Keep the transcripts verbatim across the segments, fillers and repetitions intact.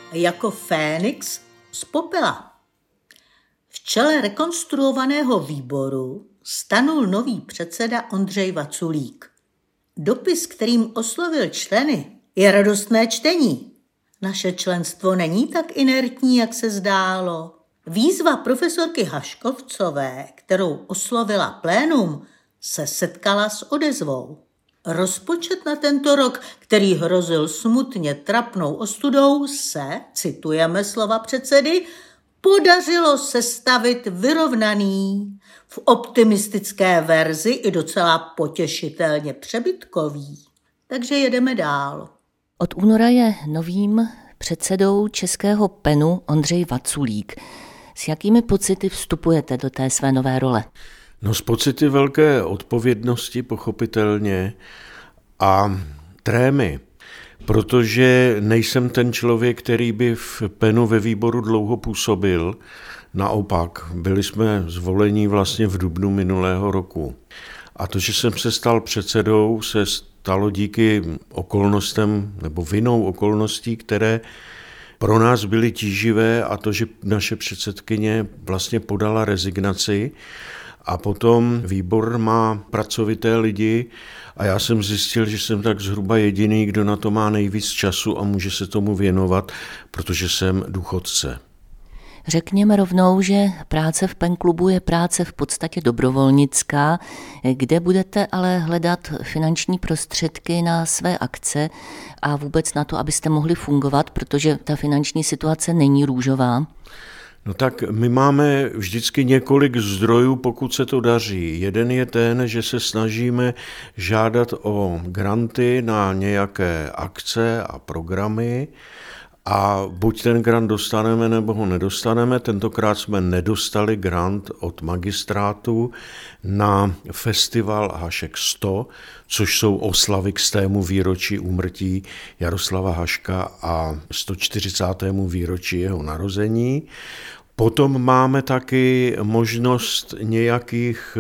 jako Fénix z popela. V čele rekonstruovaného výboru stanul nový předseda Ondřej Vaculík. Dopis, kterým oslovil členy, je radostné čtení. Naše členstvo není tak inertní, jak se zdálo. Výzva profesorky Haškovcové, kterou oslovila plénum, se setkala s odezvou. Rozpočet na tento rok, který hrozil smutně trapnou ostudou, se, citujeme slova předsedy, podařilo sestavit vyrovnaný, v optimistické verzi i docela potěšitelně přebytkový. Takže jedeme dál. Od února je novým předsedou Českého PENu Ondřej Vaculík. S jakými pocity vstupujete do té své nové role? No s pocity velké odpovědnosti, pochopitelně, a trémy, protože nejsem ten člověk, který by v PENu ve výboru dlouho působil. Naopak, byli jsme zvoleni vlastně v dubnu minulého roku. A to, že jsem se stal předsedou, se stalo díky okolnostem nebo vinou okolností, které pro nás byly tíživé, a to, že naše předsedkyně vlastně podala rezignaci. A potom výbor má pracovité lidi a já jsem zjistil, že jsem tak zhruba jediný, kdo na to má nejvíc času a může se tomu věnovat, protože jsem důchodce. Řekněme rovnou, že práce v PEN klubu je práce v podstatě dobrovolnická, kde budete ale hledat finanční prostředky na své akce a vůbec na to, abyste mohli fungovat, protože ta finanční situace není růžová. No tak my máme vždycky několik zdrojů, pokud se to daří. Jeden je ten, že se snažíme žádat o granty na nějaké akce a programy a buď ten grant dostaneme, nebo ho nedostaneme. Tentokrát jsme nedostali grant od magistrátu na festival Hašek sto, což jsou oslavy k stému výročí úmrtí Jaroslava Haška a sto čtyřicátému výročí jeho narození. Potom máme taky možnost nějakých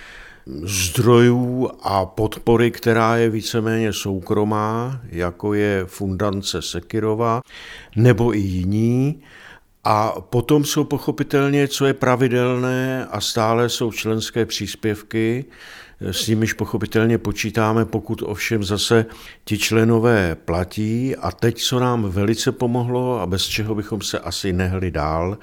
zdrojů a podpory, která je víceméně soukromá, jako je Fundance Sekyrova nebo i jiní. A potom jsou pochopitelně, co je pravidelné a stále jsou členské příspěvky, s nimiž pochopitelně počítáme, pokud ovšem zase ti členové platí. A teď, co nám velice pomohlo a bez čeho bychom se asi nehli dál,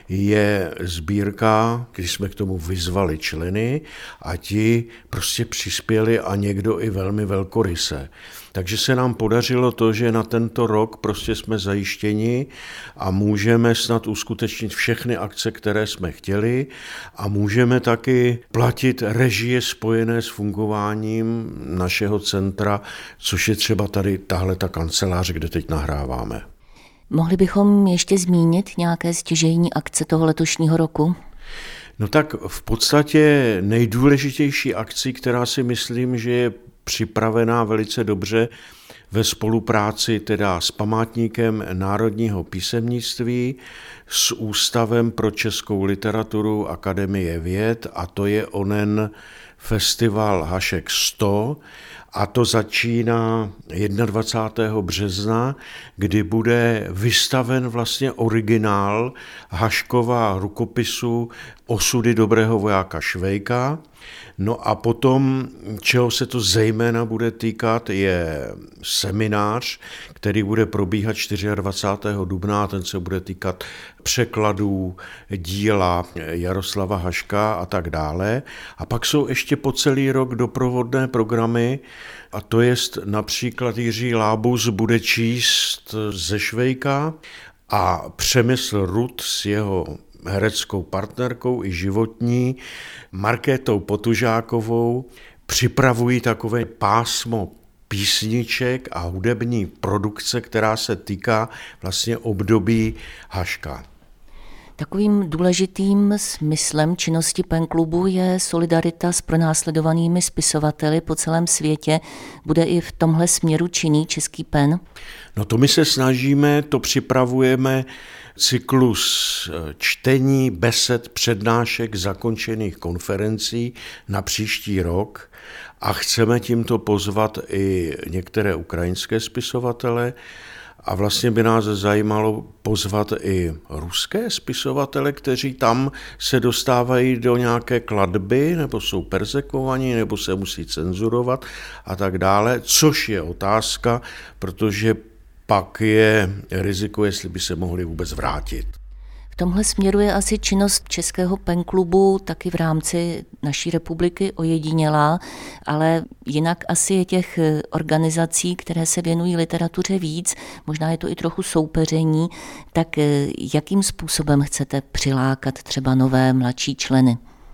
je sbírka, když jsme k tomu vyzvali členy a ti prostě přispěli a někdo i velmi velkoryse. Takže se nám podařilo to, že na tento rok prostě jsme zajištěni a můžeme snad uskutečnit všechny akce, které jsme chtěli a můžeme taky platit režie spojené s fungováním našeho centra, což je třeba tady tahle ta kancelář, kde teď nahráváme. Mohli bychom ještě zmínit nějaké stěžejní akce toho letošního roku? No tak v podstatě nejdůležitější akcí, která si myslím, že je připravená velice dobře ve spolupráci teda s Památníkem národního písemnictví, s Ústavem pro českou literaturu Akademie věd, a to je onen festival Hašek sto, a to začíná dvacátého prvního března, kdy bude vystaven vlastně originál Haškova rukopisu Osudy dobrého vojáka Švejka. No a potom, čeho se to zejména bude týkat, je seminář, který bude probíhat dvacátého čtvrtého dubna a ten se bude týkat překladů díla Jaroslava Haška a tak dále. A pak jsou ještě po celý rok doprovodné programy, a to jest například Jiří Lábus bude číst ze Švejka a Přemysl Rud s jeho hereckou partnerkou i životní Markétou Potužákovou připravují takové pásmo písniček a hudební produkce, která se týká vlastně období Haška. Takovým důležitým smyslem činnosti PEN klubu je solidarita s pronásledovanými spisovateli po celém světě. Bude i v tomhle směru činný Český PEN? No to my se snažíme, to připravujeme cyklus čtení, besed, přednášek, zakončených konferencí na příští rok a chceme tímto pozvat i některé ukrajinské spisovatele A vlastně by nás zajímalo pozvat i ruské spisovatele, kteří tam se dostávají do nějaké klatby, nebo jsou perzekovaní, nebo se musí cenzurovat a tak dále, což je otázka, protože pak je riziko, jestli by se mohli vůbec vrátit. V tomhle směru je asi činnost Českého penklubu taky v rámci naší republiky ojedinělá, ale jinak asi je těch organizací, které se věnují literatuře víc, možná je to i trochu soupeření, tak jakým způsobem chcete přilákat třeba nové mladší členy?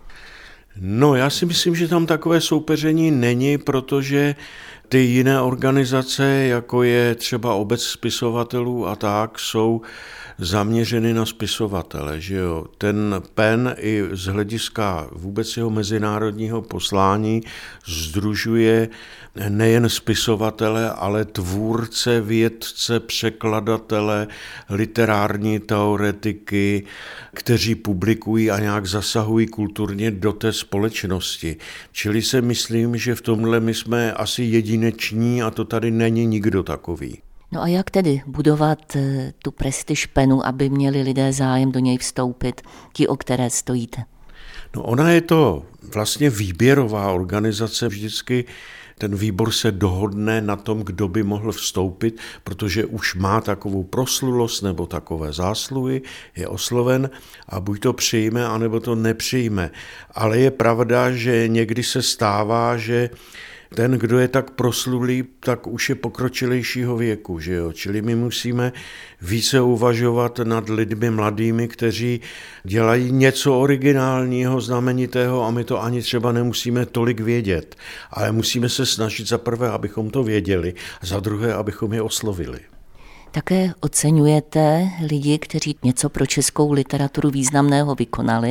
No, já si myslím, že tam takové soupeření není, protože ty jiné organizace, jako je třeba Obec spisovatelů a tak, jsou zaměřeny na spisovatele, že jo. Ten PEN i z hlediska vůbec jeho mezinárodního poslání sdružuje nejen spisovatele, ale tvůrce, vědce, překladatele, literární teoretiky, kteří publikují a nějak zasahují kulturně do té společnosti. Čili se myslím, že v tomhle my jsme asi jedineční a to tady není nikdo takový. No a jak tedy budovat tu prestiž PENu, aby měli lidé zájem do něj vstoupit, ti, o které stojíte? No ona je to vlastně výběrová organizace, vždycky ten výbor se dohodne na tom, kdo by mohl vstoupit, protože už má takovou proslulost nebo takové zásluhy, je osloven a buď to přijme, anebo to nepřijme. Ale je pravda, že někdy se stává, že ten, kdo je tak proslulý, tak už je pokročilejšího věku, že jo? Čili my musíme více uvažovat nad lidmi mladými, kteří dělají něco originálního, znamenitého a my to ani třeba nemusíme tolik vědět. Ale musíme se snažit za prvé, abychom to věděli a za druhé, abychom je oslovili. Také oceňujete lidi, kteří něco pro českou literaturu významného vykonali?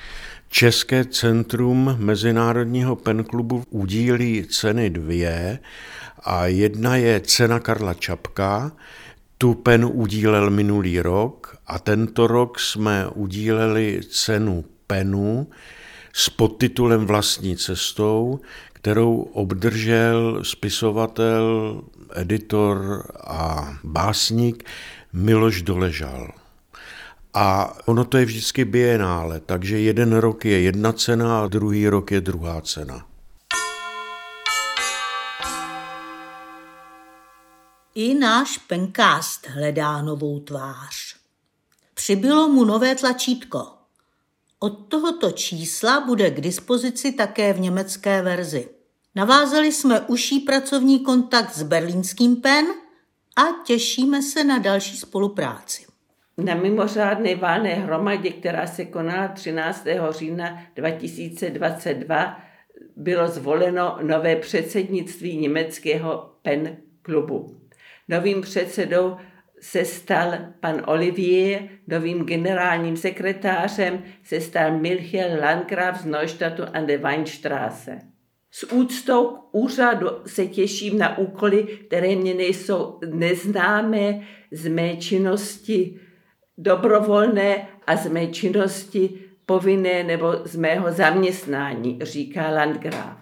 České centrum Mezinárodního penklubu udílí ceny dvě a jedna je cena Karla Čapka, tu PEN udílel minulý rok a tento rok jsme udíleli cenu PENu s podtitulem Vlastní cestou, kterou obdržel spisovatel, editor a básník Miloš Doležal. A ono to je vždycky bienále, takže jeden rok je jedna cena a druhý rok je druhá cena. I náš Pencast hledá novou tvář. Přibylo mu nové tlačítko. Od tohoto čísla bude k dispozici také v německé verzi. Navázali jsme užší pracovní kontakt s berlínským PEN a těšíme se na další spolupráci. Na mimořádné valné hromadě, která se konala třináctého října dva tisíce dvacet dva, bylo zvoleno nové předsednictví německého PEN klubu. Novým předsedou se stal pan Olivier, novým generálním sekretářem se stal Michael Landgraf z Neustadtu an der Weinstraße. S úctou k úřadu se těším na úkoly, které mě nejsou neznámé z mé činnosti dobrovolné a z mé činnosti povinné nebo z mého zaměstnání, říká Landgraf.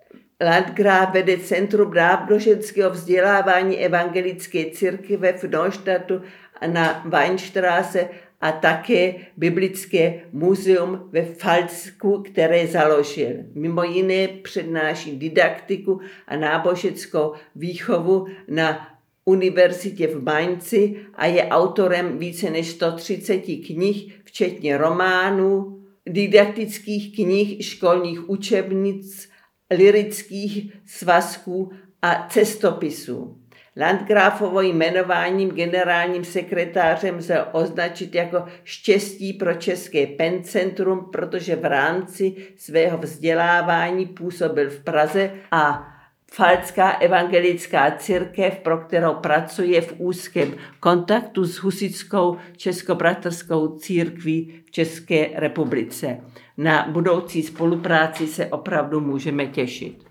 Landgraf vede Centrum náboženského vzdělávání evangelické církve v Neustadtu a na Weinstraße a také biblické muzeum ve Pfalzku, které založil. Mimo jiné přednáší didaktiku a náboženskou výchovu na univerzitě v Mainci a je autorem více než sto třicet knih, včetně románů, didaktických knih, školních učebnic, lyrických svazků a cestopisů. Landgrafovo jmenováním generálním sekretářem lze označit jako štěstí pro České PEN centrum, protože v rámci svého vzdělávání působil v Praze a Pfalzská evangelická církev, pro kterou pracuje v úzkém kontaktu s husitskou českobratrskou církví v České republice. Na budoucí spolupráci se opravdu můžeme těšit.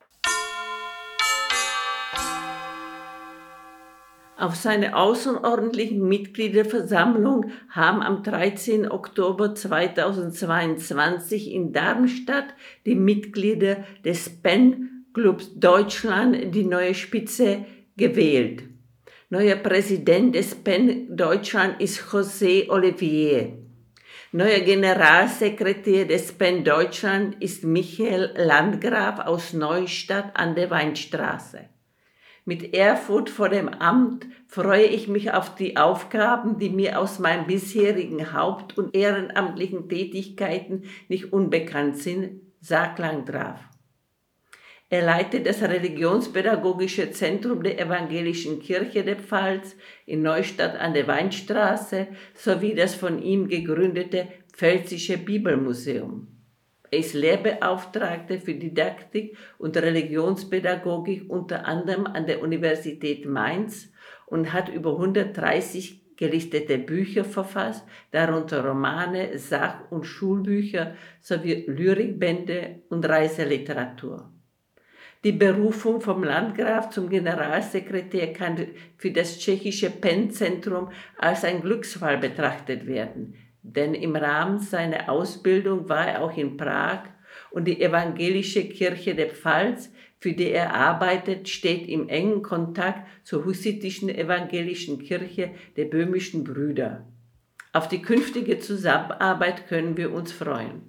Auf seiner außerordentlichen Mitgliederversammlung haben am dreizehnten Oktober zweitausendzweiundzwanzig in Darmstadt die Mitglieder des PEN Clubs Deutschland die neue Spitze gewählt. Neuer Präsident des P E N Deutschland ist José Olivier. Neuer Generalsekretär des P E N Deutschland ist Michael Landgraf aus Neustadt an der Weinstraße. Mit Ehrfurcht vor dem Amt freue ich mich auf die Aufgaben, die mir aus meinen bisherigen haupt- und ehrenamtlichen Tätigkeiten nicht unbekannt sind, sagt Landgraf. Er leitet das Religionspädagogische Zentrum der Evangelischen Kirche der Pfalz in Neustadt an der Weinstraße sowie das von ihm gegründete Pfälzische Bibelmuseum. Er ist Lehrbeauftragter für Didaktik und Religionspädagogik unter anderem an der Universität Mainz und hat über hundertdreißig gelistete Bücher verfasst, darunter Romane, Sach- und Schulbücher sowie Lyrikbände und Reiseliteratur. Die Berufung vom Landgraf zum Generalsekretär kann für das tschechische P E N-Zentrum als ein Glücksfall betrachtet werden, denn im Rahmen seiner Ausbildung war er auch in Prag und die Evangelische Kirche der Pfalz, für die er arbeitet, steht im engen Kontakt zur hussitischen evangelischen Kirche der böhmischen Brüder. Auf die künftige Zusammenarbeit können wir uns freuen.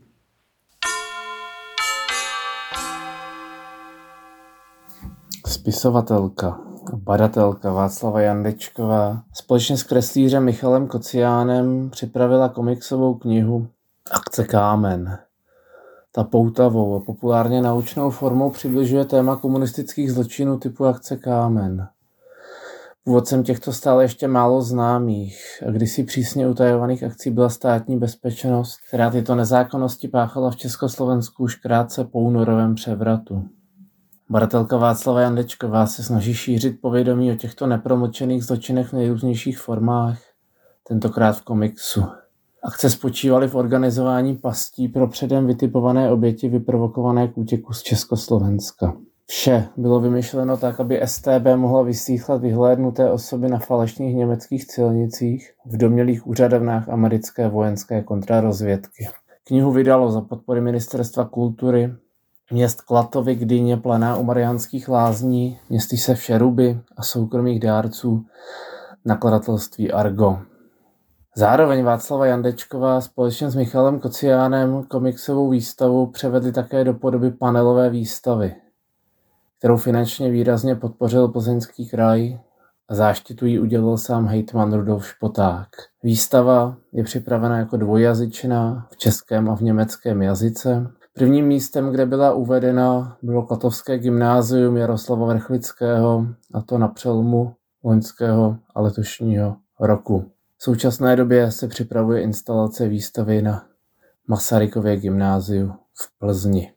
Spisovatelka, badatelka Václava Jandečková společně s kreslířem Michalem Kociánem připravila komiksovou knihu Akce Kámen. Ta poutavou a populárně naučnou formou přibližuje téma komunistických zločinů typu Akce Kámen. Původcem těchto stále ještě málo známých a kdysi přísně utajovaných akcí byla státní bezpečnost, která tyto nezákonnosti páchala v Československu už krátce po únorovém převratu. Badatelka Václava Jandečková se snaží šířit povědomí o těchto nepromlčených zločinech v nejrůznějších formách, tentokrát v komiksu. Akce spočívaly v organizování pastí pro předem vytipované oběti vyprovokované k útěku z Československa. Vše bylo vymyšleno tak, aby S T B mohla vyslýchat vyhlédnuté osoby na falešných německých silnicích v domnělých úřadovnách americké vojenské kontrarozvědky. Knihu vydalo za podpory Ministerstva kultury, měst Klatovy, Gdyně, Planá u Mariánských Lázní, městyse Všeruby a soukromých dárců nakladatelství Argo. Zároveň Václava Jandečková společně s Michalem Kociánem komiksovou výstavu převedli také do podoby panelové výstavy, kterou finančně výrazně podpořil Plzeňský kraj a záštitu jí udělil sám hejtman Rudolf Špoták. Výstava je připravena jako dvojjazyčná v českém a v německém jazyce. Prvním místem, kde byla uvedena, bylo Klatovské gymnázium Jaroslava Vrchlického, a to na přelomu loňského a letošního roku. V současné době se připravuje instalace výstavy na Masarykově gymnáziu v Plzni.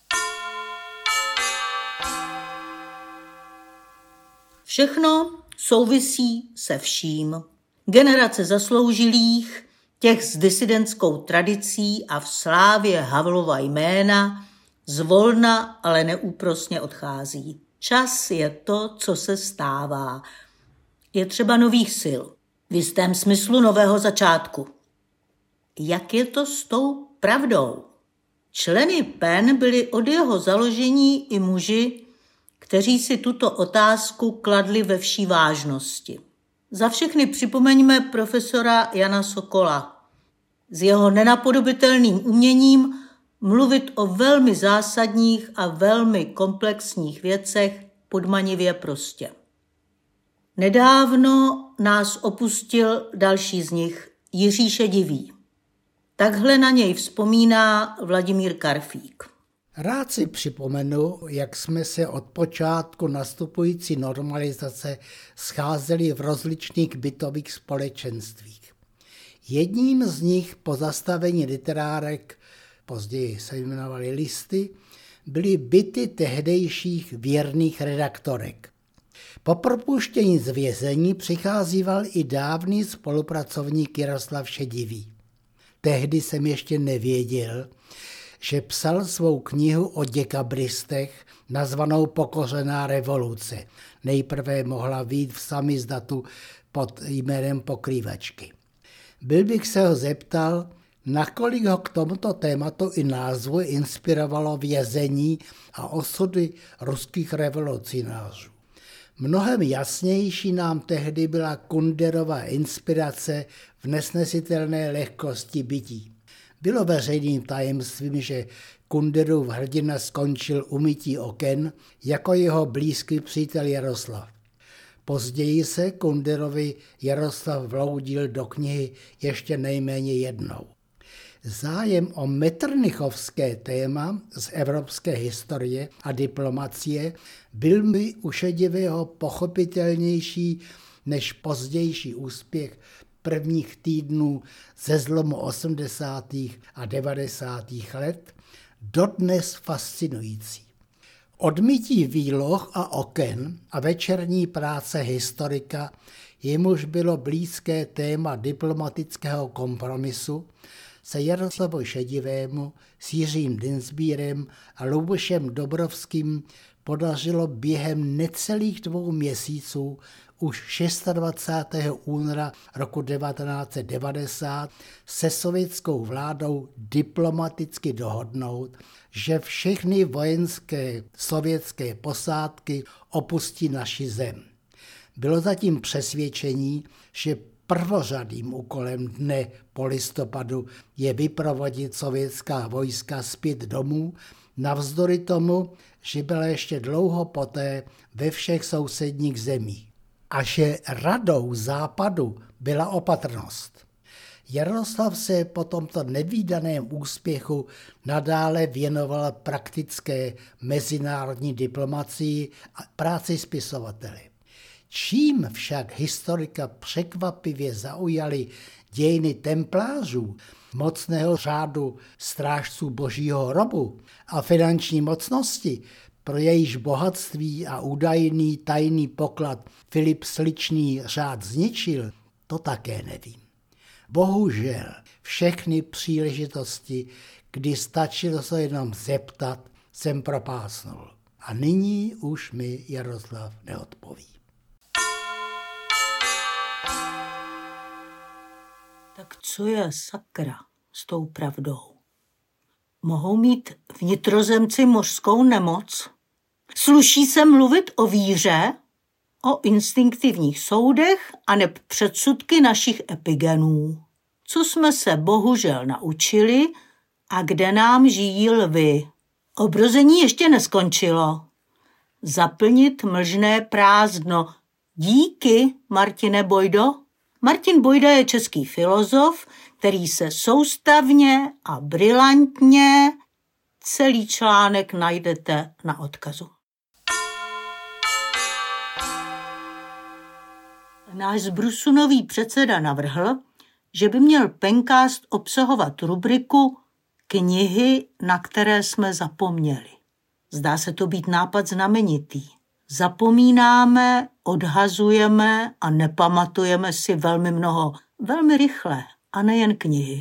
Všechno souvisí se vším. Generace zasloužilých, těch s disidentskou tradicí a v slávě Havlova jména, zvolna, ale neúprosně odchází. Čas je to, co se stává. Je třeba nových sil, v jistém smyslu nového začátku. Jak je to s tou pravdou? Členy P E N byli od jeho založení i muži, kteří si tuto otázku kladli ve vší vážnosti. Za všechny připomeňme profesora Jana Sokola. S jeho nenapodobitelným uměním mluvit o velmi zásadních a velmi komplexních věcech podmanivě prostě. Nedávno nás opustil další z nich, Jiří Šedivý. Takhle na něj vzpomíná Vladimír Karfík. Rád si připomenu, jak jsme se od počátku nastupující normalizace scházeli v rozličných bytových společenstvích. Jedním z nich po zastavení literárek, později se jmenovali listy, byly byty tehdejších věrných redaktorek. Po propuštění z vězení přicházíval i dávný spolupracovník Jaroslav Šedivý. Tehdy jsem ještě nevěděl, že psal svou knihu o děkabristech nazvanou Pokořená revoluce. Nejprve mohla vyjít v samizdatu pod jménem Pokrývačky. Byl bych se ho zeptal, nakolik ho k tomuto tématu i názvu inspirovalo vězení a osudy ruských revolucionářů. Mnohem jasnější nám tehdy byla Kunderova inspirace v nesnesitelné lehkosti bytí. Bylo veřejným tajemstvím, že Kunderův hrdina skončil umytí oken jako jeho blízký přítel Jaroslav. Později se Kunderovi Jaroslav vloudil do knihy ještě nejméně jednou. Zájem o metternichovské téma z evropské historie a diplomacie byl mi u Šedivého pochopitelnější než pozdější úspěch prvních týdnů ze zlomu osmdesátých a devadesátých let, dodnes fascinující. Odmytí výloh a oken a večerní práce historika, jemuž bylo blízké téma diplomatického kompromisu, se Jaroslavu Šedivému s Jiřím Dienstbierem a Lubošem Dobrovským podařilo během necelých dvou měsíců už dvacátého šestého února roku devatenáct set devadesát se sovětskou vládou diplomaticky dohodnout, že všechny vojenské sovětské posádky opustí naši zem. Bylo zatím přesvědčení, že prvořadým úkolem dne po listopadu je vyprovodit sovětská vojska zpět domů, navzdory tomu, že byla ještě dlouho poté ve všech sousedních zemích. A že radou západu byla opatrnost. Jaroslav se po tomto nevídaném úspěchu nadále věnoval praktické mezinárodní diplomacii a práci spisovateli. Čím však historika překvapivě zaujaly dějiny templářů, mocného řádu strážců božího hrobu a finanční mocnosti, pro jejíž bohatství a údajný tajný poklad Filip Sličný řád zničil, to také nevím. Bohužel všechny příležitosti, kdy stačilo se jenom zeptat, jsem propásnul. A nyní už mi Jaroslav neodpoví. Tak co je sakra s tou pravdou? Mohou mít vnitrozemci mořskou nemoc? Sluší se mluvit o víře, o instinktivních soudech aneb předsudky našich epigenů? Co jsme se bohužel naučili a kde nám žijí lvy? Obrození ještě neskončilo. Zaplnit mlžné prázdno. Díky, Martine Bojdo. Martin Bojda je český filozof, který se soustavně a brilantně, celý článek najdete na odkazu. Náš zbrusunový předseda navrhl, že by měl Pencast obsahovat rubriku Knihy, na které jsme zapomněli. Zdá se to být nápad znamenitý. Zapomínáme, odhazujeme a nepamatujeme si velmi mnoho, velmi rychle a nejen knihy.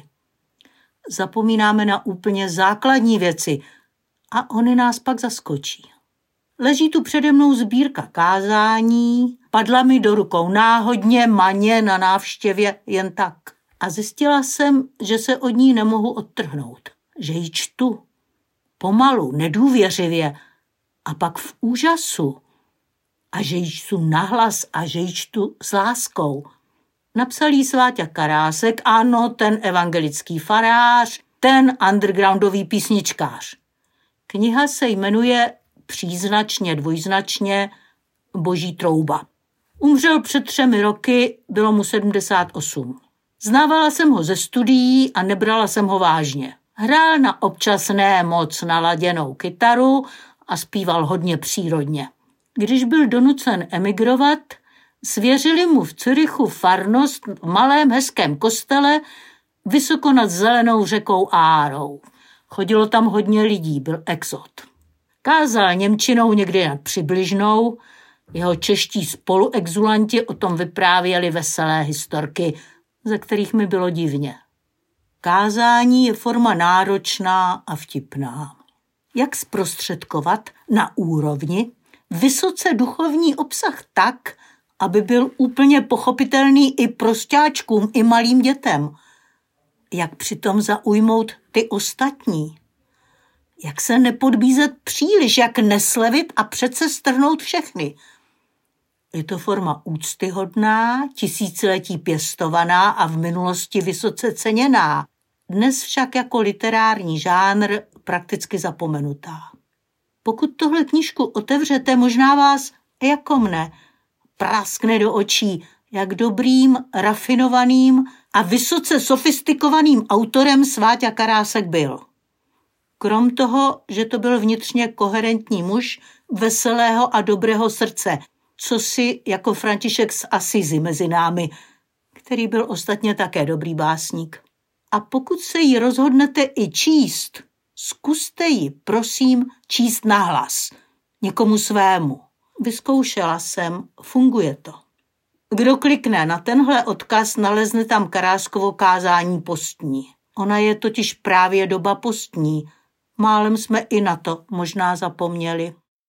Zapomínáme na úplně základní věci a ony nás pak zaskočí. Leží tu přede mnou sbírka kázání, padla mi do rukou náhodně, maně na návštěvě jen tak. A zjistila jsem, že se od ní nemohu odtrhnout, že ji čtu. Pomalu, nedůvěřivě a pak v úžasu. A že ji čtu nahlas a že ji čtu s láskou. Napsal jí Sváťa Karásek, ano, ten evangelický farář, ten undergroundový písničkář. Kniha se jmenuje příznačně, dvojznačně Boží trouba. Umřel před třemi roky, bylo mu sedmdesát osm. Znávala jsem ho ze studií a nebrala jsem ho vážně. Hrál na občas ne moc naladěnou kytaru a zpíval hodně přírodně. Když byl donucen emigrovat, svěřili mu v Curychu farnost v malém hezkém kostele vysoko nad zelenou řekou Árou. Chodilo tam hodně lidí, byl exot. Kázal němčinou někdy nad Přibližnou, jeho čeští spoluexulanti o tom vyprávěli veselé historky, ze kterých mi bylo divně. Kázání je forma náročná a vtipná. Jak zprostředkovat na úrovni vysoce duchovní obsah tak, aby byl úplně pochopitelný i prostáčkům, i malým dětem? Jak přitom zaujmout ty ostatní? Jak se nepodbízet příliš, jak neslevit a přece strhnout všechny? Je to forma úctyhodná, tisíciletí pěstovaná a v minulosti vysoce ceněná. Dnes však jako literární žánr prakticky zapomenutá. Pokud tohle knížku otevřete, možná vás, jako mne, praskne do očí, jak dobrým, rafinovaným a vysoce sofistikovaným autorem Sváťa Karásek byl. Krom toho, že to byl vnitřně koherentní muž veselého a dobrého srdce, co si jako František z Asízy mezi námi, který byl ostatně také dobrý básník. A pokud se ji rozhodnete i číst, zkuste ji, prosím, číst nahlas, někomu svému. Vyzkoušela jsem, funguje to. Kdo klikne na tenhle odkaz, nalezne tam Karáskovo kázání postní. Ona je totiž právě doba postní. Málem jsme i na to možná zapomněli.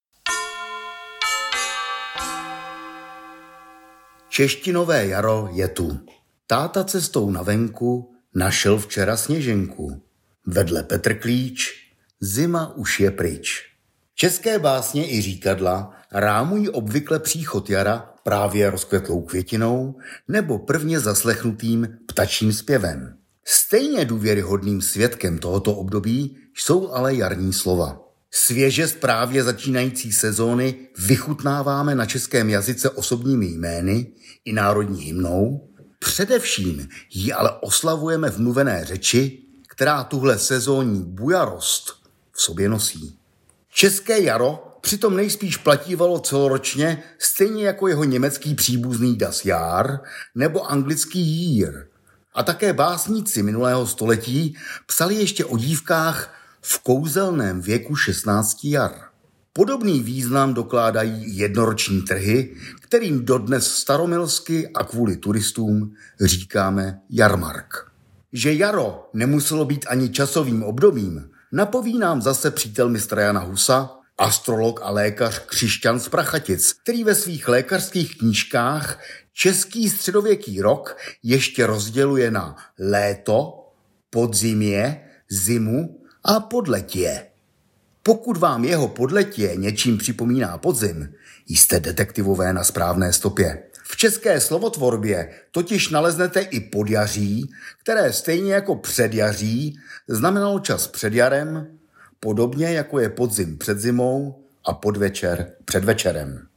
Češtinové jaro je tu. Táta cestou na venku našel včera sněženku. Vedle Petr Klíč, zima už je pryč. České básně i říkadla rámují obvykle příchod jara právě rozkvetlou květinou nebo prvně zaslechnutým ptačím zpěvem. Stejně důvěryhodným svědkem tohoto období jsou ale jarní slova. Svěžest právě začínající sezóny vychutnáváme na českém jazyce osobními jmény i národní hymnou. Především ji ale oslavujeme v mluvené řeči, která tuhle sezónní bujarost v sobě nosí. České jaro přitom nejspíš platívalo celoročně, stejně jako jeho německý příbuzný Das Jahr nebo anglický Year. A také básníci minulého století psali ještě o dívkách v kouzelném věku šestnácti jar. Podobný význam dokládají jednoroční trhy, kterým dodnes staromilsky a kvůli turistům říkáme jarmark. Že jaro nemuselo být ani časovým obdobím, napoví nám zase přítel mistra Jana Husa, astrolog a lékař Křišťan z Prachatic, který ve svých lékařských knížkách český středověký rok ještě rozděluje na léto, podzimie, zimu a podletě. Pokud vám jeho podletě něčím připomíná podzim, jste detektivové na správné stopě. V české slovotvorbě totiž naleznete i podjaří, které stejně jako předjaří znamenalo čas před jarem, podobně jako je podzim před zimou a podvečer před večerem.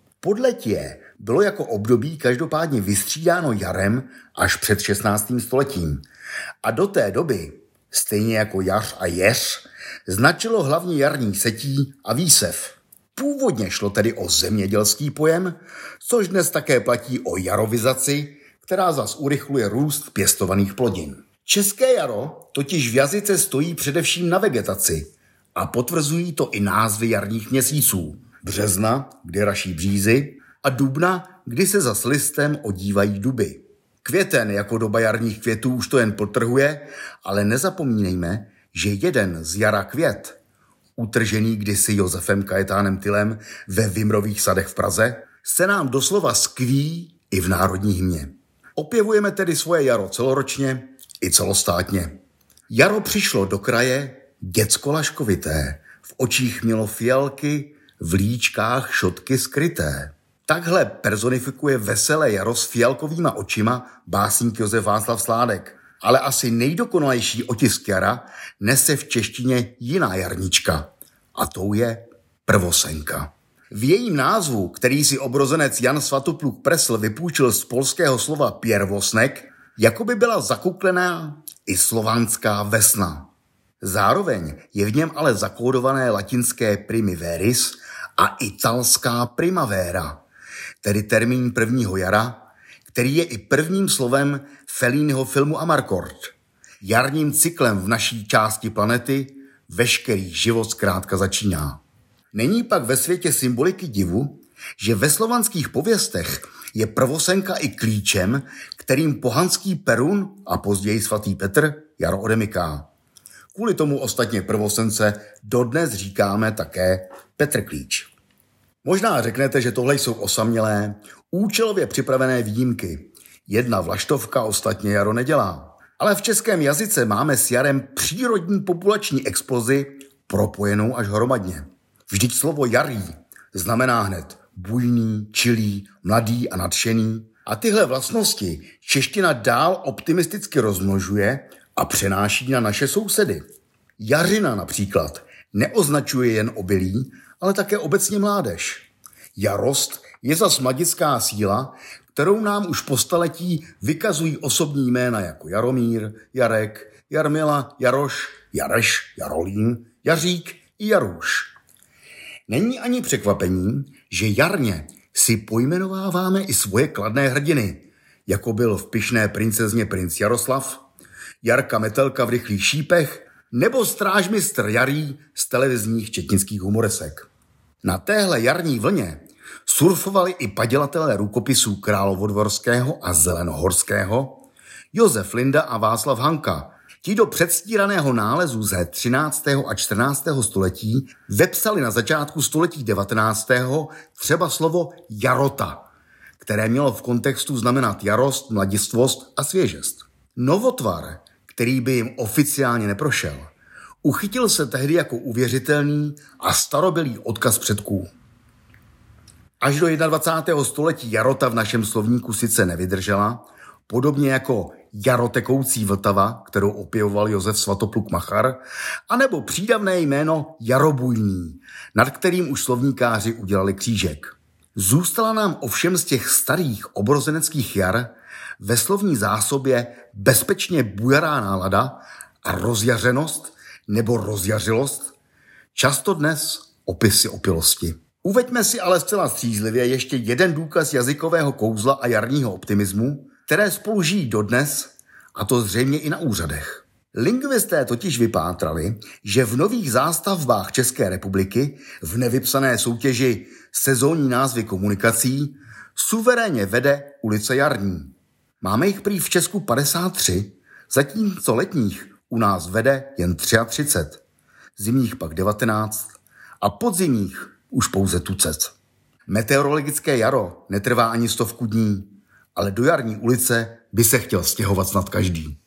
Podletě bylo jako období každopádně vystřídáno jarem až před šestnáctým stoletím a do té doby, stejně jako jař a jeř, značilo hlavně jarní setí a výsev. Původně šlo tedy o zemědělský pojem, což dnes také platí o jarovizaci, která zas urychluje růst pěstovaných plodin. České jaro totiž v jazyce stojí především na vegetaci a potvrzují to i názvy jarních měsíců. Března, kdy raší břízy, a dubna, kdy se za listem odívají duby. Květen jako doba jarních květů už to jen podtrhuje, ale nezapomínejme, že jeden z jara květ, utržený kdysi Josefem Kajetánem Tylem ve Vimrových sadech v Praze, se nám doslova skví i v národní hymně. Opěvujeme tedy svoje jaro celoročně i celostátně. Jaro přišlo do kraje děcko laškovité, v očích mělo fialky, v líčkách šotky skryté. Takhle personifikuje veselé jaro s fialkovýma očima básník Josef Václav Sládek. Ale asi nejdokonalejší otisk jara nese v češtině jiná jarnička. A tou je prvosenka. V jejím názvu, který si obrozenec Jan Svatopluk Presl vypůjčil z polského slova pěrvosnek, jako by byla zakuklená i slovanská vesna. Zároveň je v něm ale zakódované latinské primiveris a italská primavera, tedy termín prvního jara, který je i prvním slovem Felliniho filmu Amarcord. Jarním cyklem v naší části planety veškerý život zkrátka začíná. Není pak ve světě symboliky divu, že ve slovanských pověstech je prvosenka i klíčem, kterým pohanský Perun a později svatý Petr jaro odemyká. Kvůli tomu ostatně prvosence dodnes říkáme také Petr Klíč. Možná řeknete, že tohle jsou osamělé, účelově připravené výjimky. Jedna vlaštovka ostatně jaro nedělá. Ale v českém jazyce máme s jarem přírodní populační explozi propojenou až hromadně. Vždyť slovo jarý znamená hned bujný, čilý, mladý a nadšený. A tyhle vlastnosti čeština dál optimisticky rozmnožuje a přenáší na naše sousedy. Jařina například neoznačuje jen obilí, ale také obecně mládež. Jarost je zas mladická síla, kterou nám už po staletí vykazují osobní jména jako Jaromír, Jarek, Jarmila, Jaroš, Jareš, Jarolín, Jařík i Jaruš. Není ani překvapením, že jarně si pojmenováváme i svoje kladné hrdiny, jako byl v Pyšné princezně princ Jaroslav, Jarka Metelka v Rychlých šípech nebo strážmistr Jarý z televizních četnických humoresek. Na téhle jarní vlně surfovali i padělatelé rukopisů Královodvorského a Zelenohorského, Josef Linda a Václav Hanka. Ti do předstíraného nálezu ze třináctého a čtrnáctého století vepsali na začátku století devatenáctého třeba slovo jarota, které mělo v kontextu znamenat jarost, mladistvost a svěžest. Novotvar, který by jim oficiálně neprošel, uchytil se tehdy jako uvěřitelný a starobylý odkaz předků. Až do dvacátého prvního století jarota v našem slovníku sice nevydržela, podobně jako jarotekoucí Vltava, kterou opěvoval Josef Svatopluk Machar, anebo přídavné jméno Jarobujný, nad kterým už slovníkáři udělali křížek. Zůstala nám ovšem z těch starých obrozeneckých jar ve slovní zásobě bezpečně bujará nálada a rozjařenost nebo rozjařilost, často dnes opisy opilosti. Uveďme si ale zcela střízlivě ještě jeden důkaz jazykového kouzla a jarního optimismu, které spolu žijí dodnes, a to zřejmě i na úřadech. Lingvisté totiž vypátrali, že v nových zástavbách České republiky v nevypsané soutěži sezónní názvy komunikací suverénně vede ulice Jarní. Máme jich prý v Česku padesát tři, zatímco letních u nás vede jen třicet tři, zimních pak devatenáct a podzimních už pouze tucet. Meteorologické jaro netrvá ani stovku dní, ale do Jarní ulice by se chtěl stěhovat snad každý.